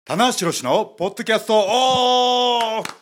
棚橋宏のポッドキャストオフ。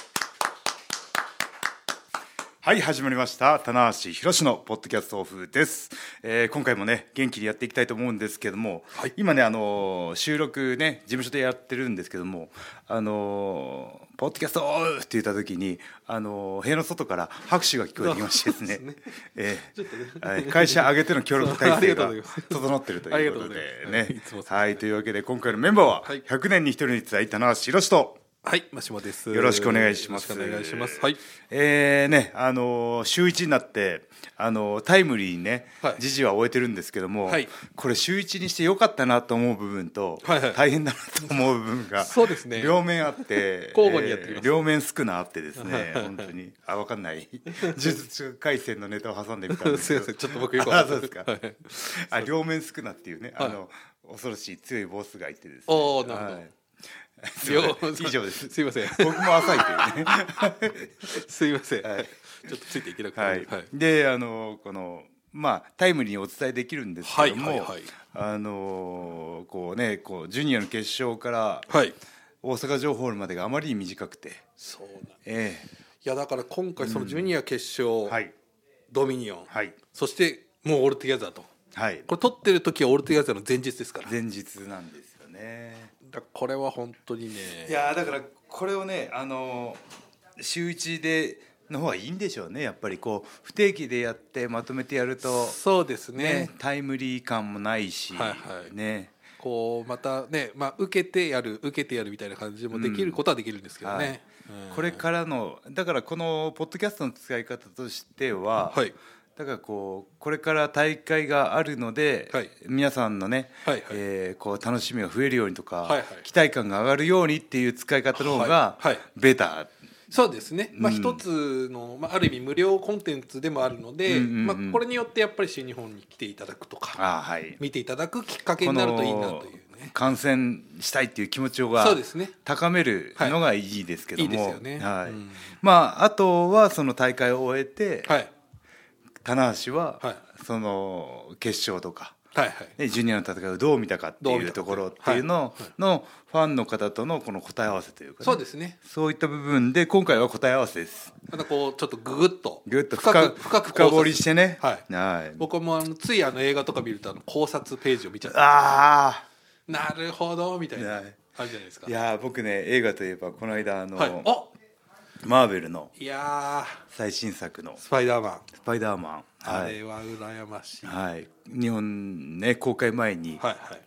はい、始まりました棚橋宏のポッドキャストオフです。今回もね元気にやっていきたいと思うんですけども、はい、今ね収録ね事務所でやってるんですけども、ポッドキャストオフって言った時に部屋の外から拍手が聞こえてきましてですねはい、会社挙げての協力体制が整っているということでねはい、というわけで今回のメンバーは100年に一人に伝え棚橋宏とはい、真島です。 よろしくお願いします。 よろしくお願いします。はい。 ね、週1になってタイムリーにね、 はい、 時事は終えてるんですけども、はい、これ週1にしてよかったなと思う部分と、はいはい、大変だなと思う部分がそうですね。 両面あって交互にやってきます、 両面少なあってですね、本当に分かんない呪術廻戦のネタを挟んでみたんですけどすいません、ちょっと僕よく分かんないですか。両面少なっていうね、恐ろしい強いボスがいてですね。 おー、なるほど。はい以上です。 すいません。 僕も浅いというね。 すいません。 はい、 ちょっとついていけなくて。 はいはい、でこのタイムリーにお伝えできるんですけども、はいはいはい、こうねジュニアの決勝から大阪城ホールまでがあまりに短くて、 そうなんいやだから今回そのジュニア決勝、はい、ドミニオン、はい、そしてもうオールトゥギャザーと、はい、これ撮ってる時はオールトゥギャザーの前日ですから。 前日なんですよね。 これは本当にね、 いやだからこれをね週1での方がいいんでしょうね。やっぱりこう不定期でやってまとめてやると、 そうですね、 タイムリー感もないし、はいはい、ね、 こうまたね、受けてやるみたいな感じでもできることはできるんですけどね、 はい、これからのだからこのポッドキャストの使い方としては、はい、だからこれから大会があるので、はい、皆さんのね、はいはい、こう楽しみが増えるようにとか、はいはい、期待感が上がるようにっていう使い方の方がベター、はいはい、 そうですね、一つの、ある意味無料コンテンツでもあるので、これによってやっぱり新日本に来ていただくとか、はい、見ていただくきっかけになるといいなというね、 観戦したいっていう気持ちを高めるのがいいですけども、いいですよね、はい、あとはその大会を終えて、はい、棚橋は、はい、その決勝とか、はいはい、ジュニアの戦いをどう見たかっていうところっていうののファンの方とのこの答え合わせというか、ね、 そうですね、 そういった部分で今回は答え合わせです。 またこうちょっとググッと深掘りしてね、 はいはい、僕もつい映画とか見ると考察ページを見ちゃって、なるほどみたいな、あるじゃないですか。 いや僕ね映画といえばこの間マーベルの最新作のスパイダーマン、 あれは羨ましい、 はい、日本ね公開前に、はいはい、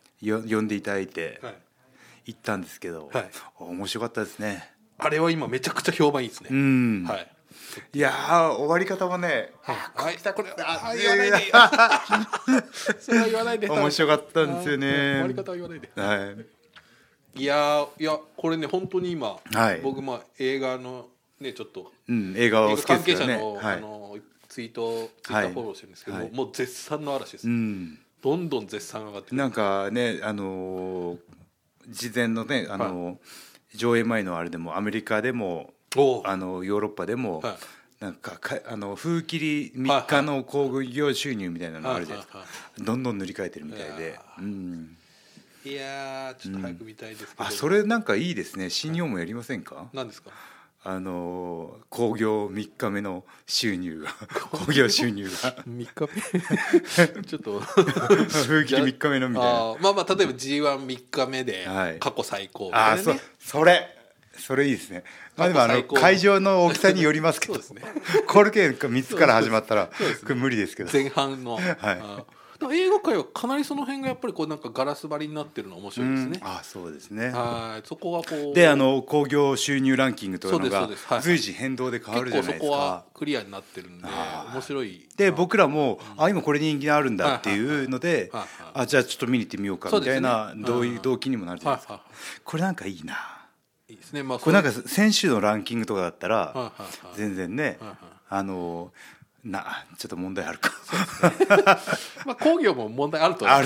呼んでいただいて、はい、行ったんですけど、はい、面白かったですね。 あれは今めちゃくちゃ評判いいですね。 はい、いや終わり方もね、 はい、これ言わないでそれは言わないで面白かったんですよね。 終わり方は言わないで、はい、いやこれね本当に今、はい、僕映画のねちょっと、 映画を好きですよね、 関係者の、ツイッターフォローしてるんですけど、はい、もう絶賛の嵐です、どんどん絶賛上がってる。 なんかね事前のね上映前のあれでもアメリカでもヨーロッパでも、はい、なんか風切り3日の興行収入みたいなのあるじゃないですか、どんどん塗り替えてるみたいで、 いやちょっと早く見たいですけど、 それなんかいいですね。新日本もやりませんか？ 何ですか？ 興行3日目の収入が興行収入が 3日目ちょっと風切り3日目のみたいな、 例えば G13 日目で過去最高みたいな、ね、 それいいですね。でも会場の大きさによりますけどそうです、ね、コルケ3つから始まったらこれ無理ですけど、 前半の、はい、映画界はかなりその辺がやっぱりなんかガラス張りになってるの面白いですね。 そうですね。 そこはこうで興行収入ランキングというのが随時変動で変わるじゃないですか。 結構そこはクリアになってるんで面白い。 で僕らも今これ人気あるんだっていうのでじゃあちょっと見に行ってみようかみたいな動機にもなるじゃないですか。これなんかいいな。 いいですね。 これなんか先週のランキングとかだったら全然ねちょっと問題あるか工業も問題あると思う。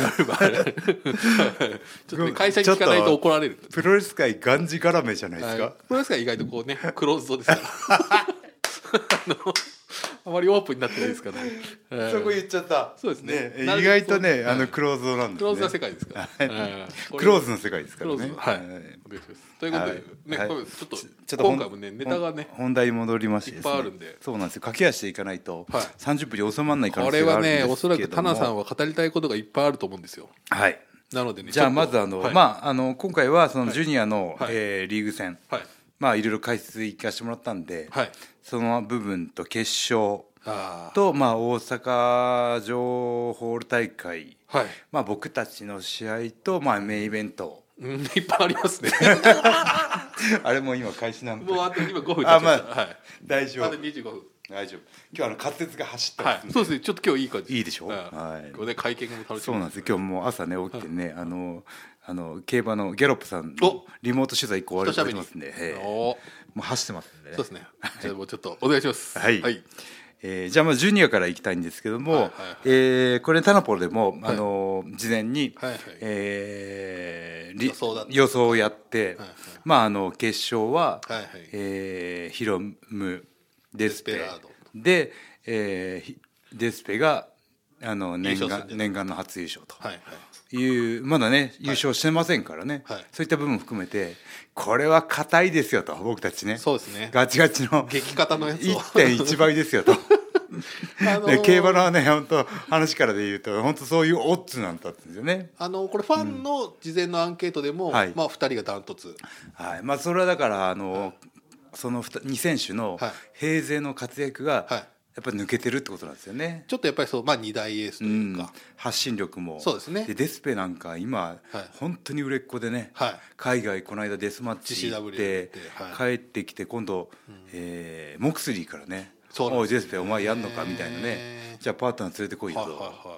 ちょっと会社に聞かないと怒られる。 プロレス界がんじがらめじゃないですか。 プロレス界意外とクローズドですからあまりオープンになってないですからね。 そこ言っちゃった。 そうですね。 意外とねクローズドなんですね。 クローズな世界ですから。 クローズの世界ですからね。 はい。ということでね、ちょっと今回もねネタがね本題に戻りまして、 いっぱいあるんで、 そうなんですよ。駆け足でいかないと30分に収まらない可能性これはがあるんですけども、 ねおそらくタナさんは語りたいことがいっぱいあると思うんですよ。 はい。 なのでね、 じゃあまず今回はそのジュニアのリーグ戦、いろいろ解説いかしてもらったんで、その部分と決勝と大阪城ホール大会、僕たちの試合とメインイベント、 いっぱいありますね。 あれも今開始なんで、 もうあと今5分経ちました。 大丈夫。 あと25分。 大丈夫。今日滑舌が走ってますんで、 そうですね。ちょっと今日いい感じ。 いいでしょ。 これ会見も楽しみ。 そうなんですよ。今日もう朝ね起きてね、競馬のギャロップさんのリモート取材1個終わりますんで、もう走ってますんでね。 そうですね。じゃあもうちょっとお願いします。 はい。じゃあジュニアからいきたいんですけども、これタナポルでも事前に予想をやって、決勝はヒロムデスペでデスペが念願の初優勝というまだね優勝してませんからね、そういった部分も含めてこれは硬いですよと、僕たちね、 そうですね、 ガチガチの激硬のやつを 1.1 倍ですよと競馬のね本当話からで言うと本当そういうオッズなんだったんですよね。 これファンの事前のアンケートでも、2人がダントツ、 それはだからその2選手の平勢の活躍がやっぱり抜けてるってことなんですよね。 ちょっとやっぱりそう、2大エースというか、 発信力もそうですね。 でデスペなんか今、本当に売れっ子でね、海外この間デスマッチ行って帰ってきて今度、モクスリーからね、おいデスペお前やんのかみたいなね、じゃあパートナー連れてこいと、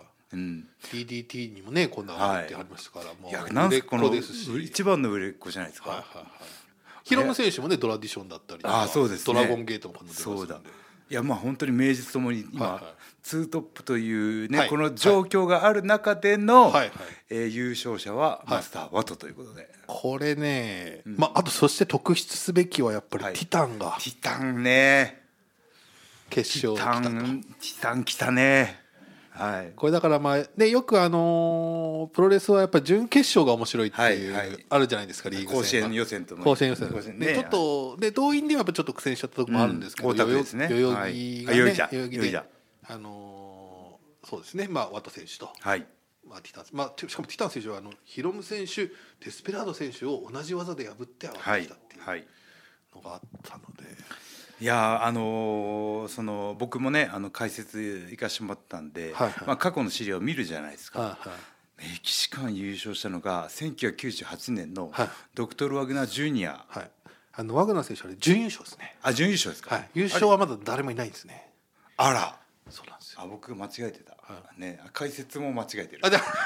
TDT にもね今度は入ってはりましたから、もうなんせこの一番の売れっ子じゃないですか。 ヒロム選手もねドラディションだったりとか、 そうですね、 ドラゴンゲートも今度出ますので、いや本当に名実ともに今、ツートップというね、この状況がある中での、優勝者はマスター・ワトということで、 これね、あとそして特筆すべきはやっぱりティタンが、 ティタンね、 決勝来たと。 ティタン来たね。 これだからよくプロレスはやっぱり準決勝が面白いっていうあるじゃないですか、リーグ戦は甲子園予選と甲子園予選でちょっとで動員ではやっぱちょっと苦戦しちゃったところもあるんですけど、代々木がね、代々木でそうですね、ワト選手とティタン、しかもティタン選手はヒロム選手デスペラード選手を同じ技で破って上がってきたっていうのがあったので、 いやその僕もね解説行かしてもらったんで、過去の資料を見るじゃないですか。メキシカン優勝したのが1998年のドクトル・ワグナー・ジュニア、 ワグナー選手は準優勝ですね。 準優勝ですか。 優勝はまだ誰もいないんですね。 あら、 そうなんですよ。 僕が間違えてた、解説も間違えてる。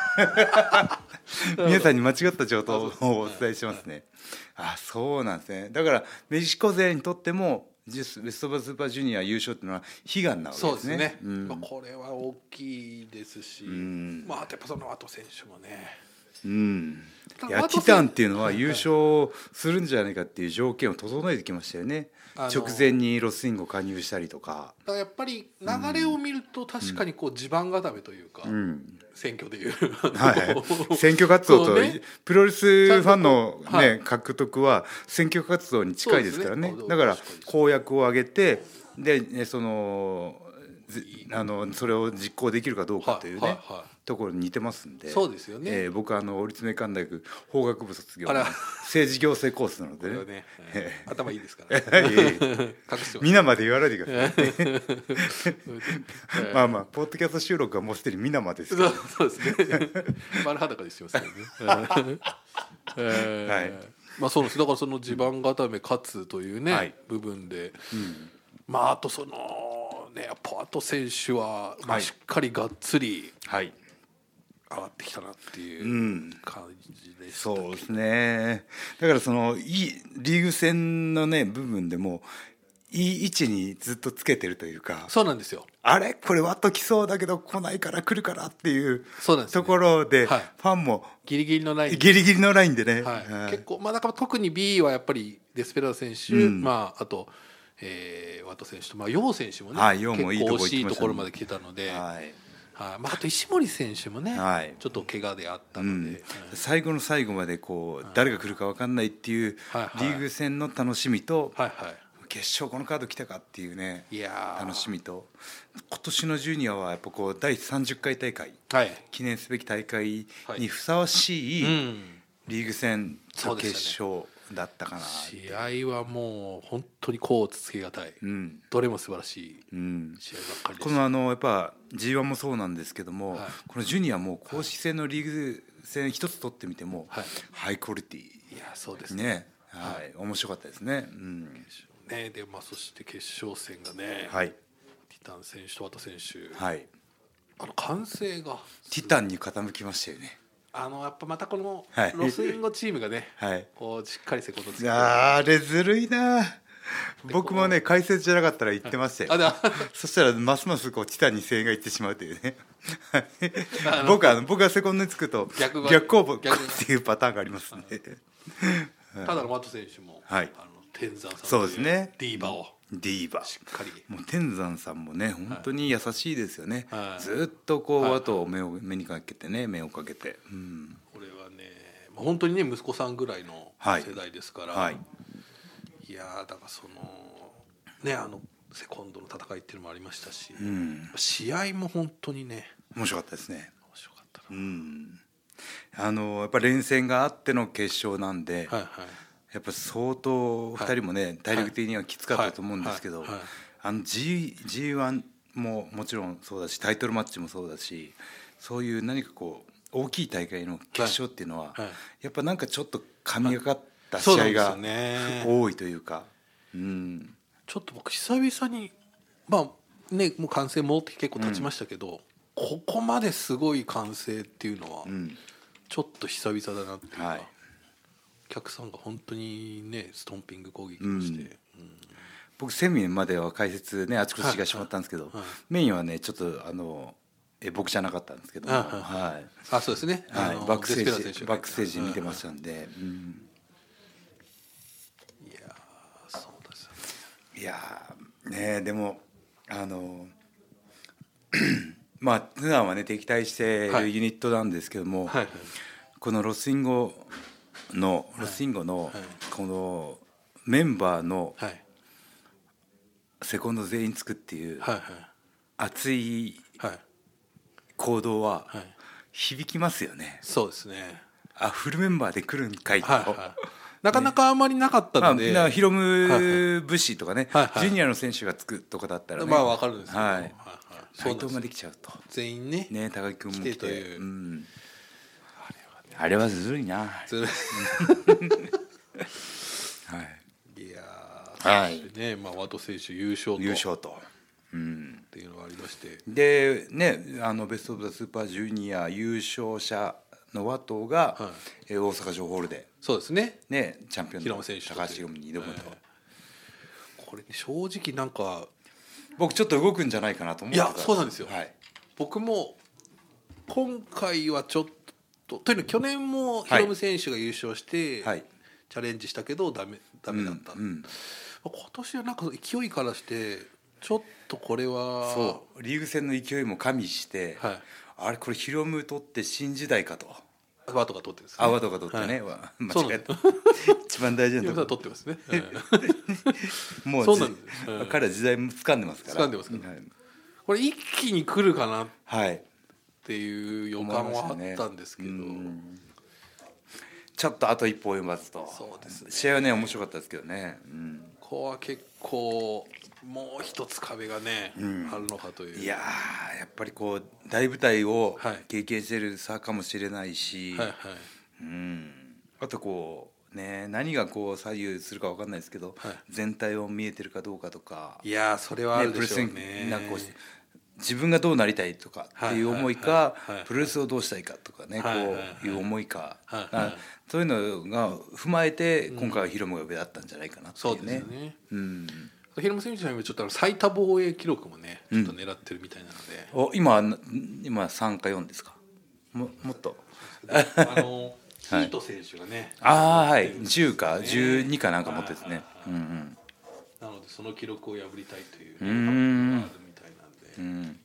皆さんに間違った情報をお伝えしますね。そうなんですね。だからメキシコ勢にとってもベスト・オブ・スーパージュニア優勝っていうのは悲願なわけですね。 そうですね、これは大きいですし、あとやっぱその後選手もね、 いやティタンっていうのは優勝するんじゃないかっていう条件を整えてきましたよね。直前にロスインゴ加入したりとか。 だからやっぱり流れを見ると確かに地盤固めというか、選挙でいう選挙活動とプロレスファンの獲得は選挙活動に近いですからね。だから公約を上げてでそれを実行できるかどうかというねところに似てますんで。 そうですよね。 僕は立命館大学法学部卒業の政治行政コースなのでね、 頭いいですから皆まで言わないでくださいポッドキャスト収録はもうすでに皆までですけど、 そうですね、丸裸でしてますからねそうです。だからその地盤固め勝つというね、部分で、あとそのやっぱワト選手はしっかりがっつり上がってきたなっていう感じでした。 そうですね。だからそのいいリーグ戦のね部分でもいい位置にずっとつけてるというか。 そうなんですよ。 これワッと来そうだけど来ないから来るからっていうところでファンもギリギリのラインでね、 結構だから特に B はやっぱりデスペラード選手、あとワト選手と、楊選手もね、 結構惜しいところまで来てたので、あと石森選手もね、ちょっと怪我であったので、 最後の最後まで誰が来るか分かんないっていうリーグ戦の楽しみと、決勝このカード来たかっていうね楽しみと、今年のジュニアはやっぱ第30回大会、記念すべき大会にふさわしいリーグ戦の決勝だったかな。 試合はもう本当に甲乙つけがたい、どれも素晴らしい試合ばっかりです。 このやっぱ G1 もそうなんですけども、このジュニアも公式戦のリーグ戦一つ取ってみてもハイクオリティ、 そうですね、 面白かったですね。 でそして決勝戦がね、ティタン選手とワト選手、歓声がティタンに傾きましたよね。 やっぱまたこのロスインゴチームがね、しっかりセコンドつけて、 あれずるいな。僕もね解説じゃなかったら言ってましたよ。そしたらますますティタンに声援がいってしまうというね。僕がセコンドにつくと逆攻防っていうパターンがありますね。 ただのワト選手も天山さんそうですね、 ディーバをしっかり、もう天山さんもね本当に優しいですよね。ずっとワトを目にかけてね、目をかけて、 これはね本当にね息子さんぐらいの世代ですから、いやだからセコンドの戦いっていうのもありましたし、試合も本当にね面白かったですね。 面白かったな。 やっぱ連戦があっての決勝なんで、やっぱ相当2人もね体力的にはきつかったと思うんですけど、G1 ももちろんそうだし、タイトルマッチもそうだし、そういう何か大きい大会の決勝っていうのはやっぱなんかちょっと神がかった試合が多いというか、 ちょっと僕久々にもう歓声戻って結構経ちましたけど、ここまですごい歓声っていうのはちょっと久々だなっていうか、お客さんが本当にねストンピング攻撃をして、 僕セミまでは解説ねあちこちがしまったんですけど、メインはねちょっと僕じゃなかったんですけども、 そうですね、 バックステージ見てましたんで、 いやそうですよね。 いやね、でも普段はね敵対しているユニットなんですけども、このロスインゴのこのメンバーのセコンド全員つくっていう熱い行動は響きますよね。 そうですね。 フルメンバーで来るんかいと、 なかなかあんまりなかったので、 ヒロム武士とかね、ジュニアの選手がつくとかだったらね、 分かるんですけど、 斉藤ができちゃうと全員ね高木君も来て、あれはずるいな。 いやそしてね、ワト選手優勝とっていうのがありまして、 でねベスト・オブ・ザ・スーパージュニア優勝者のワトが、大阪城ホールでそうですねチャンピオンの高橋宏夢に挑むと、 これ正直なんか僕ちょっと動くんじゃないかなと思ってた。 いやそうなんですよ、僕も今回はちょっとというのは去年もヒロム選手が優勝して、チャレンジしたけどダメだった、今年はなんか勢いからしてちょっとこれはそうリーグ戦の勢いも加味して、あれこれヒロム取って新時代かと。 ワトが取ってるんですね。 ワトが取ってね、間違えた。一番大事なところ取ってますね。 もう彼は時代も掴んでますから。 掴んでますから。これ一気に来るかなっていう予感はあったんですけど、 ちょっとあと一歩及ばずと。そうですね。試合はね面白かったですけどね。 ここは結構もう一つ壁がね、あるのかという。 いややっぱり大舞台を経験している差かもしれないし、あと何が左右するか分かんないですけど、全体を見えてるかどうかとか。 いやそれはあるでしょうね。 なんか自分がどうなりたいとかっていう思いか、プロレスをどうしたいかとかね、こういう思いか、そういうのが踏まえて今回はヒロムが上だったんじゃないかなっていうね。 そうですね。ヒロム選手はちょっと最多防衛記録もねちょっと狙ってるみたいなので、 今3か4ですか。もっとヒート選手がね 10か12かなんか持ってですね。 なのでその記録を破りたいという、ね、があるみたいなんで、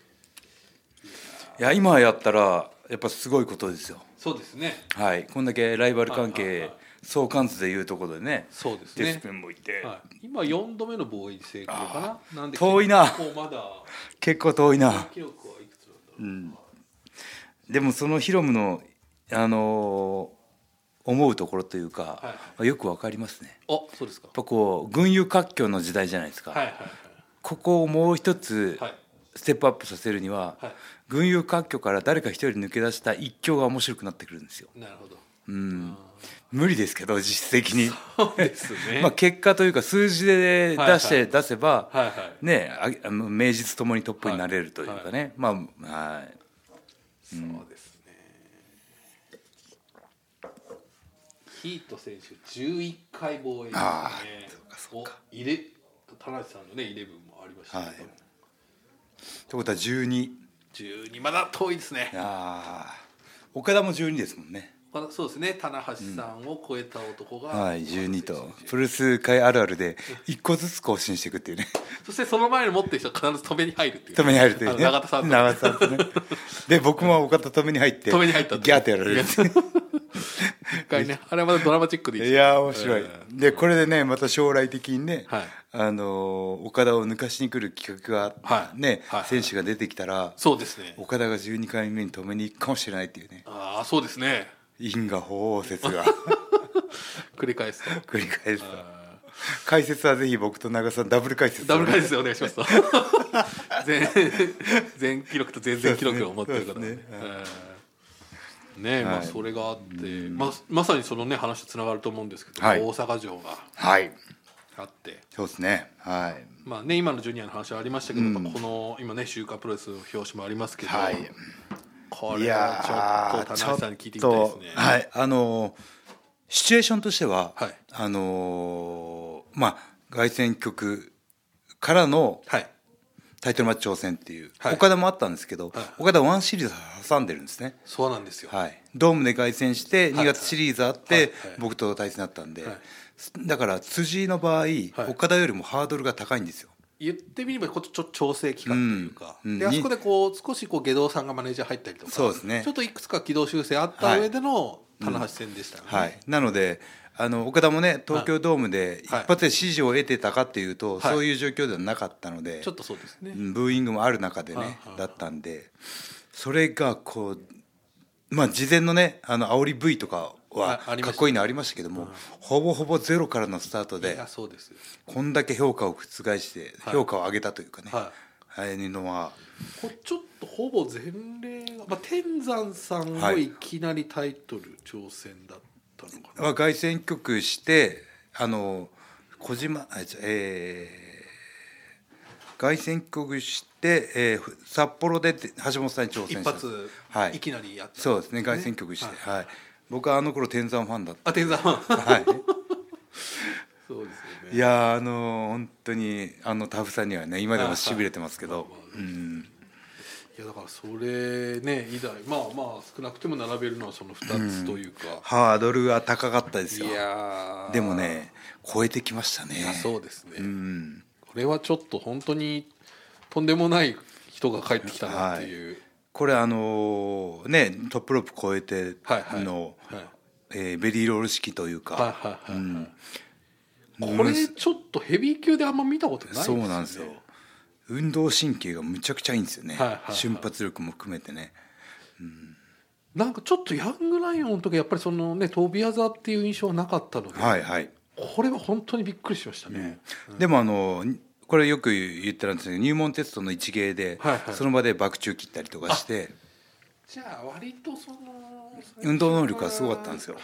いや今やったらやっぱすごいことですよ。 そうですね、 はい、こんだけライバル関係相関図でいうところでね、 そうですね、 デスペンもいて、 今4度目の防衛成功かな。なんで遠いな、 まだ結構遠いな。 記録はいくつなんだろう、でもそのヒロムの思うところというか、よくわかりますね。 そうですか。 やっぱこう群雄割拠の時代じゃないですか。ここをもう一つステップアップさせるには、群雄割拠から誰か一人抜け出した一強が面白くなってくるんですよ。 なるほど。 無理ですけど実質的に。 そうですね。 まあ結果というか数字で出せばね、名実ともにトップになれるというかね。まあはい。 そうですね。ヒート選手11回防衛ですね。そうか。田中さんのね11もありましたけど。ということは12 まだ遠いですね。 岡田も12ですもんね。 そうですね、棚橋さんを超えた男が、 12とプルス回あるあるで1個ずつ更新していくっていうね。 そしてその前に持ってる人は必ず止めに入るっていう、 止めに入るっていうね、 永田さんとね。 で僕も岡田止めに入ってギャーってやられる一回ね、あれはまだドラマチックでいや面白い。でこれでねまた将来的にね、岡田を抜かしに来る企画がね、選手が出てきたら、 そうですね、 岡田が12回目に止めに行くかもしれないっていうね。 そうですね、 因果法応説が繰り返すと解説はぜひ僕と長さんダブル解説お願いしますと全記録と全然記録を持ってる方ね、まあそれがあって、まさにそのね話とつながると思うんですけど、大阪城があって、 そうですね、 まあね今のジュニアの話はありましたけど、この今ね週刊プロレスの表紙もありますけど、これはちょっと田中さんに聞いてみたいですね。 シチュエーションとしては、まあ凱旋局からのタイトルマッチ挑戦っていう、岡田もあったんですけど、岡田ワンシリーズ挟んでるんですね。 そうなんですよ。 ドームで凱旋して2月シリーズあって、僕と対戦だったんで、だから辻の場合、岡田よりもハードルが高いんですよ。 言ってみれば調整期間というか、であそこでこう少しこう下道さんがマネージャー入ったりとか、 そうですね、 ちょっといくつか軌道修正あった上での棚橋戦でしたね。 なので岡田もね東京ドームで一発で支持を得てたかっていうと、そういう状況ではなかったので、 ちょっとそうですね、 ブーイングもある中でね、だったんで、それがこうまあ事前のね煽り V とかはかっこいいのありましたけども、ほぼほぼゼロからのスタートでこんだけ評価を覆して評価を上げたというかね、いうのはちょっとほぼ前例が、天山さんもいきなりタイトル挑戦だったのかな。 凱旋局して小島凱旋局して、札幌で橋本さんに挑戦した一発、いきなりやった、 そうですね、凱旋局して、僕はあの頃天山ファンだった。 天山ファンそうですよね。 いや本当にタフさにはね今でもしびれてますけど、 いやだからそれね以来まあ少なくても並べるのはその2つというか、 ハードルが高かったですよ。 いやでもね超えてきましたね。 そうですね、これはちょっと本当にとんでもない人が帰ってきたなっていう、 これねトップロープ超えてのベリーロール式というか、 これちょっとヘビー級であんま見たことないですよね。 そうなんですよ。運動神経がむちゃくちゃいいんですよね、瞬発力も含めてね、 なんかちょっとヤングライオンの時やっぱりそのね飛び技っていう印象はなかったので、これは本当にびっくりしましたね。 でもこれよく言ってたんですけど入門テストの一芸で、その場でバク宙切ったりとかして、 じゃあ割とその運動能力がすごかったんですよ。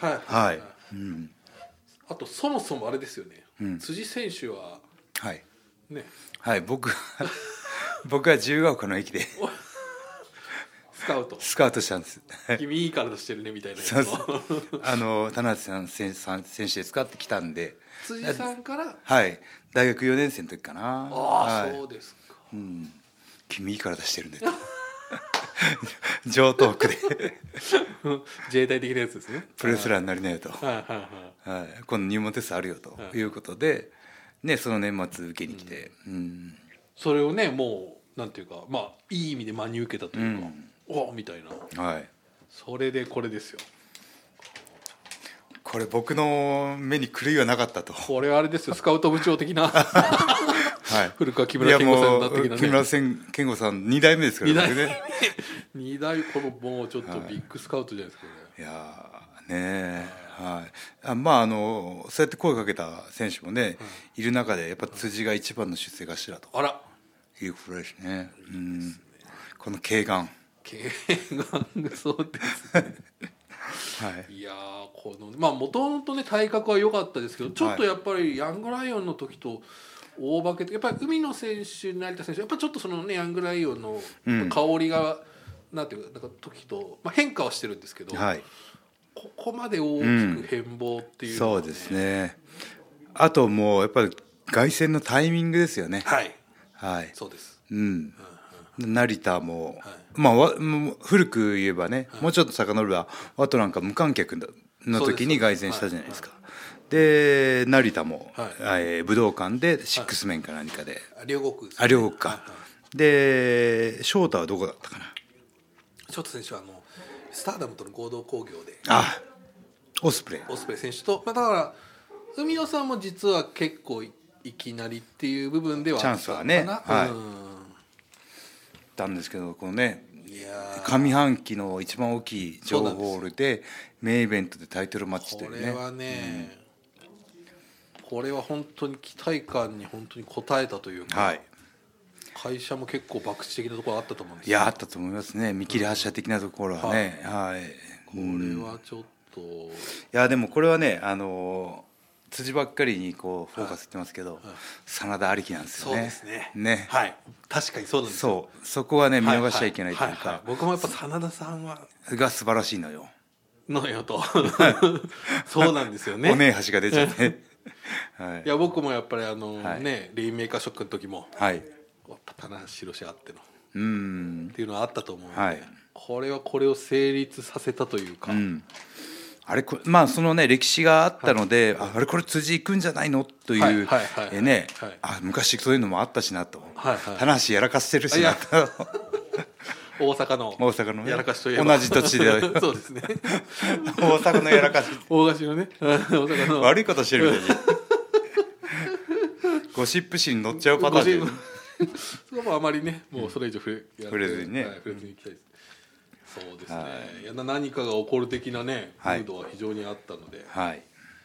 あとそもそもあれですよね、辻選手はね、 僕は自由が丘の駅でスカウトしたんです。 君いい体してるねみたいなやつを田中さん選手で使ってきたんで、 辻さんから大学4年生の時かな。 そうですか、 君いい体してるね上等句で自衛隊的なやつですね。 プロレスラーになりなよと、今度入門テストあるよということでね、その年末受けに来て、 それをねもうなんていうか、まあいい意味で真に受けたというか、おみたいな、 はい、 それでこれですよ。 これ僕の目に狂いはなかったと。 これはあれですよ、スカウト部長的なはい、古川木村健吾さんだ的なね。 木村健吾さん2代目ですからね。 2代このもうちょっとビッグスカウトじゃないですかね。 いやね、はい、まあそうやって声かけた選手もね、いる中でやっぱ辻が一番の出世頭ということですね。この慶眼そうですね。はい、いやこのまあもともとね体格は良かったですけど、ちょっとやっぱりヤングライオンの時と大化けとやっぱり海野選手成田選手やっぱちょっとそのねヤングライオンの香りが、なんていうか時と、まあ、変化はしてるんですけど、 はい、 ここまで大きく変貌っていうのは、 そうですね。あともうやっぱり凱旋のタイミングですよね。 はい、 はい、 そうです。 成田も、まあ古く言えばね、もうちょっと遡ればワトなんか無観客の時に凱旋したじゃないですか。で成田も、武道館でシックスメンか何かで、 両国か。で翔太はどこだったかな。 翔太選手はスターダムとの合同興行で、 オスプレイ選手と、まあ、だから海野さんも実は結構いきなりっていう部分ではチャンスはね、たんですけど、このね上半期の一番大きいジョーホールでメインイベントでタイトルマッチというね、 これはね、これは本当に期待感に本当に応えたというか、会社も結構博打的なところあったと思うんですよ。 いやあったと思いますね。見切り発車的なところはね、 これはちょっと、いやでもこれはね辻ばっかりにこうフォーカスしてますけど、真田ありきなんですよね。 そうですね。はい、確かにそうなんですよ。 そこはね見逃しちゃいけないというか、 僕もやっぱ真田さんが素晴らしいのよとそうなんですよね。 おねえ橋が出ちゃって、 いや僕もやっぱりねレインメーカーショックの時も、 はい、 棚橋宏あってのっていうのはあったと思うので、これを成立させたというか、 あれまあそのね歴史があったので、あれこれ辻行くんじゃないのというね、昔そういうのもあったしなと、棚橋やらかしてるしなと大阪のやらかしといえば同じ土地でそうですね大阪のやらかし大菓子のね大阪の悪いことしてるみたいにゴシップ誌に載っちゃうパターンでそこもあまりねもうそれ以上触れずにね、 触れずにいきたいです。そうですね、いや何かが起こる的なねムードは非常にあったので、これ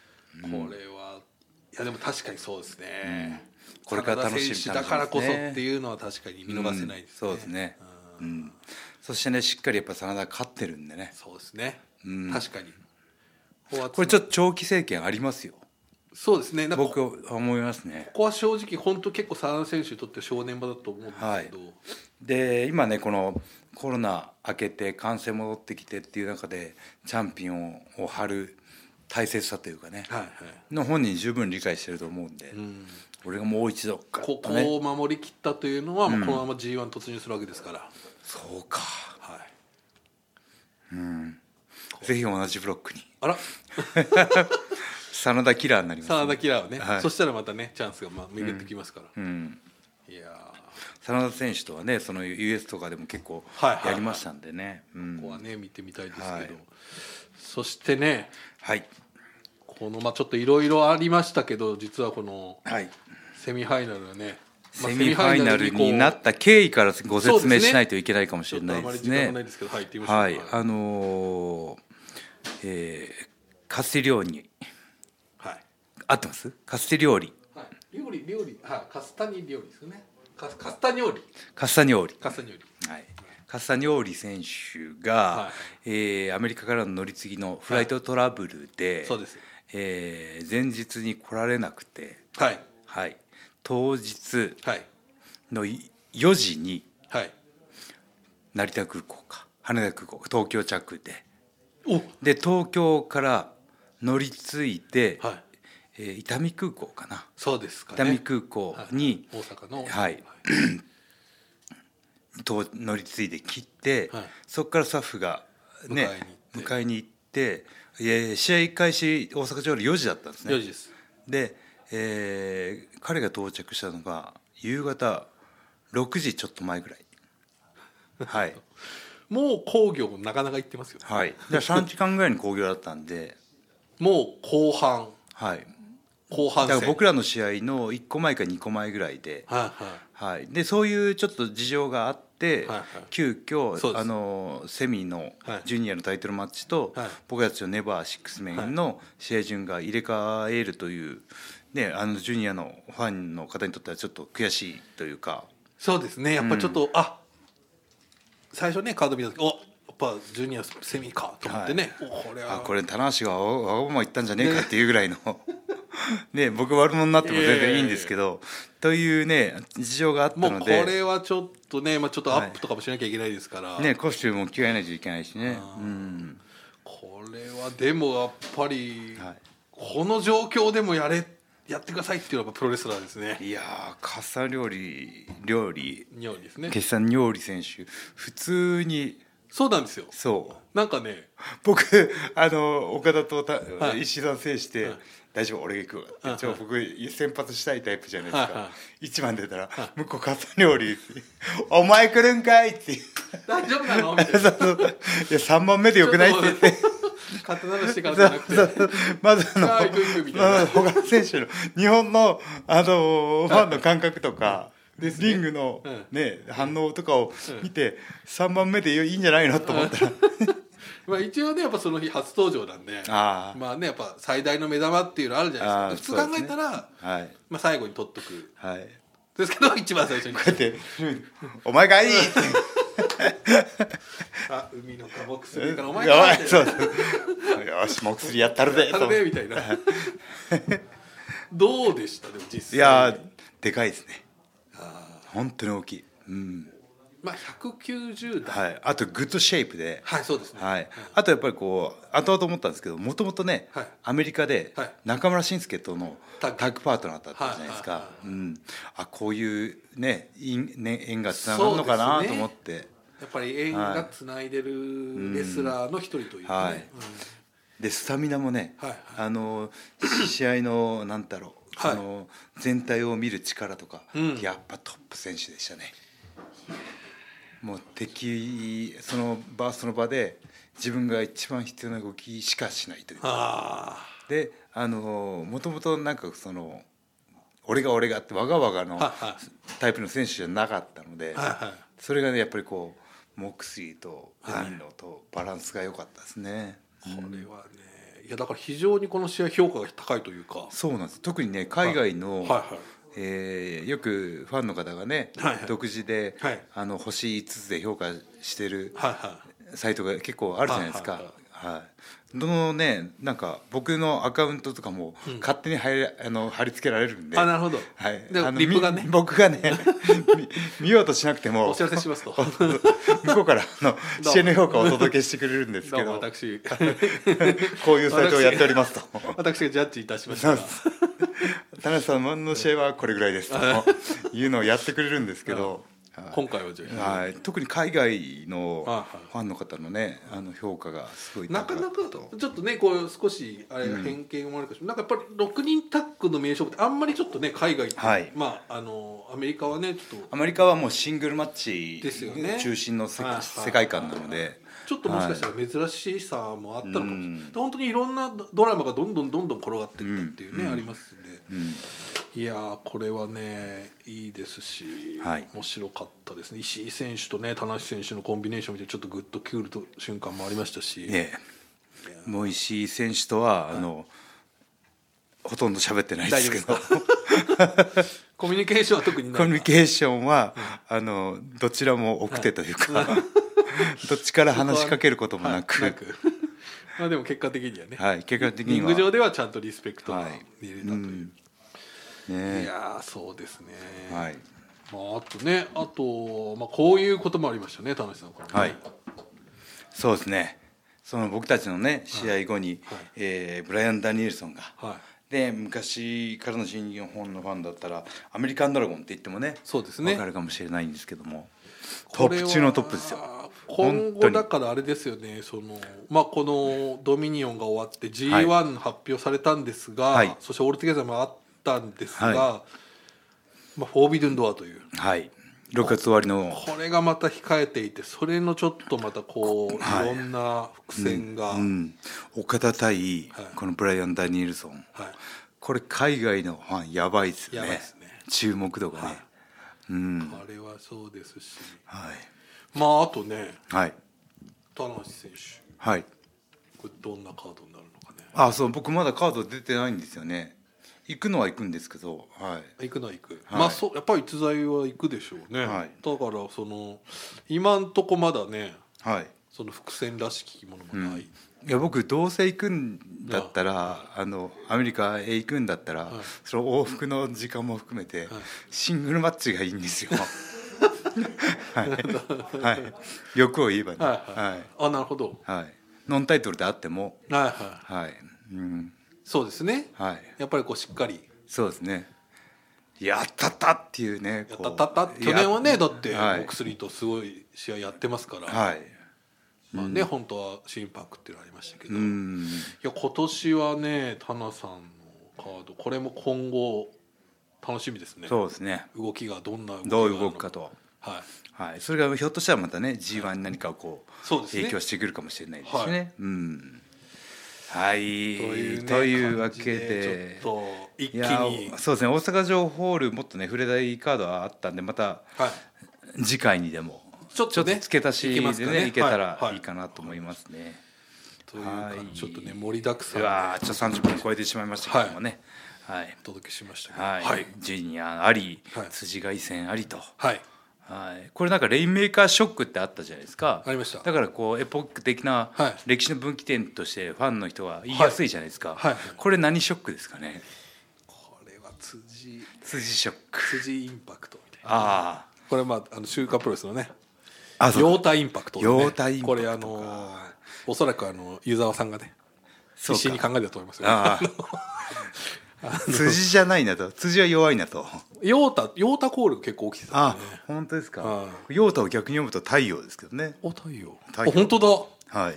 はいやでも確かにそうですね、 これから楽しみ選手だからこそっていうのは確かに見逃せないですね。 そうですね、そしてねしっかりやっぱ真田勝ってるんでね。 そうですね、確かにこれちょっと長期政権ありますよ。 そうですね、 僕は思いますね。 ここは正直本当結構真田選手にとって正念場だと思うんですけど、 で今ねこのコロナ明けて感染戻ってきてっていう中でチャンピオンを張る大切さというかね、の本人十分理解してると思うんで、俺がもう一度ここを守りきったというのは、このまま G1 突入するわけですから。 そうか、ぜひ同じブロックに真田キラーになります、 真田キラーはね、そしたらまたねチャンスが巡ってきますから、いや真田選手とはねその US とかでも結構やりましたんでね、 ここはね見てみたいですけど、そしてね、このちょっといろいろありましたけど、実はこのセミファイナルのね、 セミファイナルになった経緯からご説明しないといけないかもしれないですね。 あまり時間がないですけど、言ってみましょう。 カステ料理、合ってます？カステ料理、 料理、カスタニ料理ですよね。カスタニョーリ、 カスタニョーリ、 カスタニョーリ、 カスタニョーリ選手が、アメリカからの乗り継ぎのフライトトラブルで、前日に来られなくて、当日の4時に成田空港か羽田空港東京着で東京から乗り継いで、伊丹空港かな、 そうですかね、 伊丹空港に、 大阪の乗り継いで切って、そこからスタッフがね迎えに行って、試合開始大阪城4時だったんですね。 4時です。 で、 彼が到着したのが夕方6時ちょっと前ぐらい。はい。 もう興行なかなか行ってますよね。 はい。じゃあ3時間ぐらいに興行だったんで、 もう後半。 はい。 後半戦。 だから僕らの試合の1個前か2個前ぐらいで、 はいはい。 はい。でそういうちょっと事情があって、 はいはい、 急遽セミのジュニアのタイトルマッチと、はい、僕たちのネバーシックスメンの試合順が入れ替えるという。ね、ジュニアのファンの方にとってはちょっと悔しいというか。 そうですね、やっぱりちょっと、最初ねカード見た時やっぱジュニアセミかと思ってね、 はい、これ棚橋がわがまま言ったんじゃねえかっていうぐらいのね、僕悪者になっても全然いいんですけど、というね事情があったので、 もうこれはちょっとね、ちょっとアップとかもしなきゃいけないですから、 ね、コスチュームも着替えないといけないしね、 これはでもやっぱり、この状況でもやってくださいっていうのがプロレスラーですね。 いやー、笠料理ですね、 決算料理選手普通に。 そうなんですよ。 そうなんかね、 僕岡田と石井さん制して、大丈夫俺が行くわって、僕先発したいタイプじゃないですか。一番出たら向こう笠料理お前来るんかいって大丈夫なのみたいな。いや 3番目でよくないって言って刀出してからじゃなくてまず他の選手の日本のファンの感覚とか、リングのね、反応とかを見て3番目でいいんじゃないのと思ったら一応ねやっぱその日初登場なんで、まあねやっぱ最大の目玉っていうのあるじゃないですか。普通考えたら、まあ最後に取っとく、ですけど一番最初にこうやって「お前がいい!」って海のかも薬からお前がいいってよしもう薬やったるでみたいなどうでしたでも実際。 いやでかいですね、本当に大きい。 まあ190代、 あとグッドシェイプで、 そうですね、 あとやっぱりこう後々思ったんですけど、もともとね、アメリカで中村慎介とのタッグパートナーだったじゃないですか。こういうね縁がつながるのかなと思って、 やっぱり縁がつないでるレスラーの一人というかね。 でスタミナもね、試合のなんだろう、全体を見る力とか、やっぱトップ選手でしたね。もうその場で自分が一番必要な動きしかしないというか、でもともとなんか俺がってわがわがのタイプの選手じゃなかったので、それがねやっぱりこうモクスリーと海野とバランスが良かったですね。 これはね、いやだから非常にこの試合評価が高いというか。 そうなんです。特にね海外のよくファンの方がね、独自で星5つで評価してるサイトが結構あるじゃないですか。どのねなんか僕のアカウントとかも勝手に貼り付けられるんで、 なるほど、リップがね僕がね見ようとしなくてもお知らせしますと向こうから試合の評価をお届けしてくれるんですけど、 私こういうサイトをやっておりますと私がジャッジいたしました田中さんの試合はこれぐらいですというのをやってくれるんですけど、 今回はじゃあ、 特に海外のファンの方のね評価がすごいなかなかちょっとねこう少しあれ偏見もあるかしら、なんかやっぱり6人タッグの名勝負ってあんまりちょっとね海外って、まあアメリカはねちょっとアメリカはもうシングルマッチ中心の世界観なので、 ちょっともしかしたら珍しさもあったのかもしれない。本当にいろんなドラマがどんどん転がっていったっていうね、ありますんで、いやこれはねいいですし、面白かったですね。石井選手とね田無選手のコンビネーション見てちょっとグッとくる瞬間もありましたし、 もう石井選手とはほとんど喋ってないですけどコミュニケーションは特にない。 コミュニケーションはどちらも奥手というかどっちから話しかけることもなくまあでも結果的にはね、 結果的にはリング上ではちゃんとリスペクトが見れたという、いやそうですね。あとねこういうこともありましたね田無さん。 そうですね。その僕たちのね試合後にブライアン・ダニエルソンがで昔からの新日本のファンだったらアメリカンドラゴンって言ってもね分かるかもしれないんですけども、トップ中のトップですよ。 今後だからあれですよね、このドミニオンが終わって G1 発表されたんですが、そしてオールトゥゲザーもあったんですが、フォービドゥンドアという、 6月終わりのこれがまた控えていて、それのちょっとまたこう、いろんな伏線が、 岡田対このブライアン・ダニエルソン、これ海外のファンやばいですね。注目度がね、 あれはそうですし、あとね、棚橋選手、これどんなカードになるのかね。 そう、僕まだカード出てないんですよね。行くのは行くんですけど、 行くのは行く、やっぱり逸材は行くでしょうね、だからその今んとこまだね、その伏線らしきものもない、 いや僕どうせ行くんだったらアメリカへ行くんだったら、その往復の時間も含めて、シングルマッチがいいんですよ欲を言えばね、 なるほど、 ノンタイトルであっても、 そうですね、やっぱりこうしっかり、 そうですね、やったったっていうね、 やったった去年はね、だってお薬とすごい試合やってますから、本当は心拍っていうのありましたけど、いや今年はね、タナさんのカード、これも今後楽しみですね。 そうですね、 動きがどんなどう動くかと、それがひょっとしたらまたね G1 に何かこう影響してくるかもしれないですね。というわけで、 ちょっと一気に、 そうですね、大阪城ホールもっとね触れないカードはあったんで、また次回にでもちょっと付け足しでねいけたらいいかなと思いますね。 というかちょっとね盛りだくさん、 ちょっと30分超えてしまいましたけどもね、 お届けしましたけど、ジュニアあり、辻凱旋ありと、これなんかレインメーカーショックってあったじゃないですか。 ありました。 だからこうエポック的な歴史の分岐点としてファンの人は言いやすいじゃないですか。これ何ショックですかね。 これは辻ショック、 辻インパクトみたいな。これ週刊プロレスのね、ヨータインパクト、これおそらく湯沢さんがね必死に考えたと思いますよ。 辻じゃないなと、辻は弱いなと。 ヨータコールが結構大きいですね。 本当ですか。ヨータを逆に読むと太陽ですけどね。 太陽。本当だ。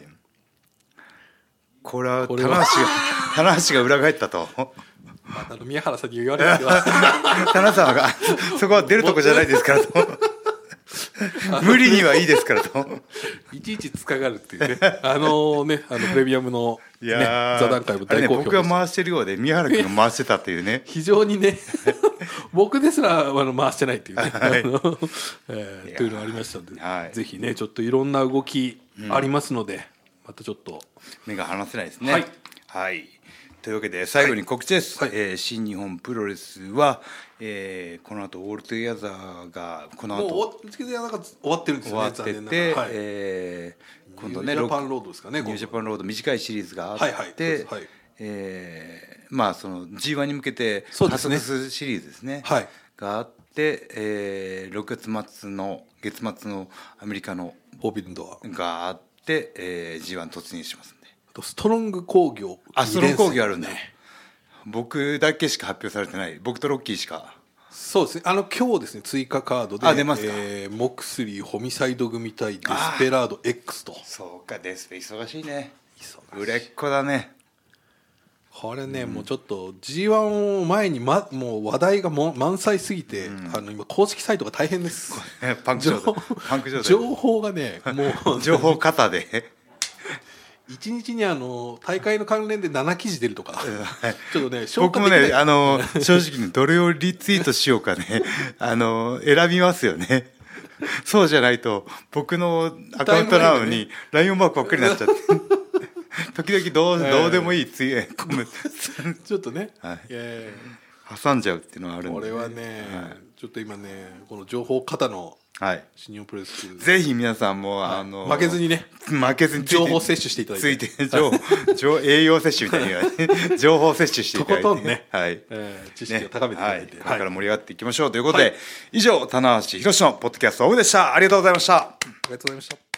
これは棚橋が裏返ったと。 宮原さんに言われるけど、 棚さんがそこは出るとこじゃないですからと。無理にはいいですからと。 いちいちつかがるっていうね。プレミアムの座談会も大好評です。 僕が回してるようで宮原君が回してたっていうね。 非常にね、僕ですら回してないっていうね、というのがありましたので、ぜひねちょっといろんな動きありますので、またちょっと目が離せないですね。というわけで最後に告知です。新日本プロレスはこの後オールトゥギャザーがこの後オールトゥギャザーが終わってるんですよね。 終わってて、今度ねニュージャパンロードですかね。 ニュージャパンロード短いシリーズがあって、その G1 に向けて加速するシリーズですねがあって、6月末のアメリカのフォービドゥンドアがあって、G1 突入しますんで。 ストロング工業、 ストロング工業あるんだ。僕だけしか発表されてない。僕とロッキーしか。 そうですね。今日ですね、追加カードで出ますか。 モクスリーホミサイド組対デスペラード X と。 そうか、デスペ忙しいね。売れっ子だね。 これね、もうちょっと G1 を前に、もう話題が満載すぎて、今公式サイトが大変です。 パンク状態。 情報がね、もう情報型で。 1日に大会の関連で7記事出るとか、ちょっとね僕もね正直にどれをリツイートしようかね選びますよね。そうじゃないと僕のアカウントなのにライオンマークばっかりになっちゃって時々どうでもいいコメントちょっとね、 挟んじゃうっていうのはあるんで、 これはね、ちょっと今ねこの情報型の新日本プロレス、 ぜひ皆さんも負けずに情報摂取していただいて、 栄養摂取みたいな情報摂取していただいて、 とことんね、知識を高めていただいて、 これから盛り上がっていきましょうということで、以上棚橋宏のポッドキャストオフでした。ありがとうございました。 ありがとうございました。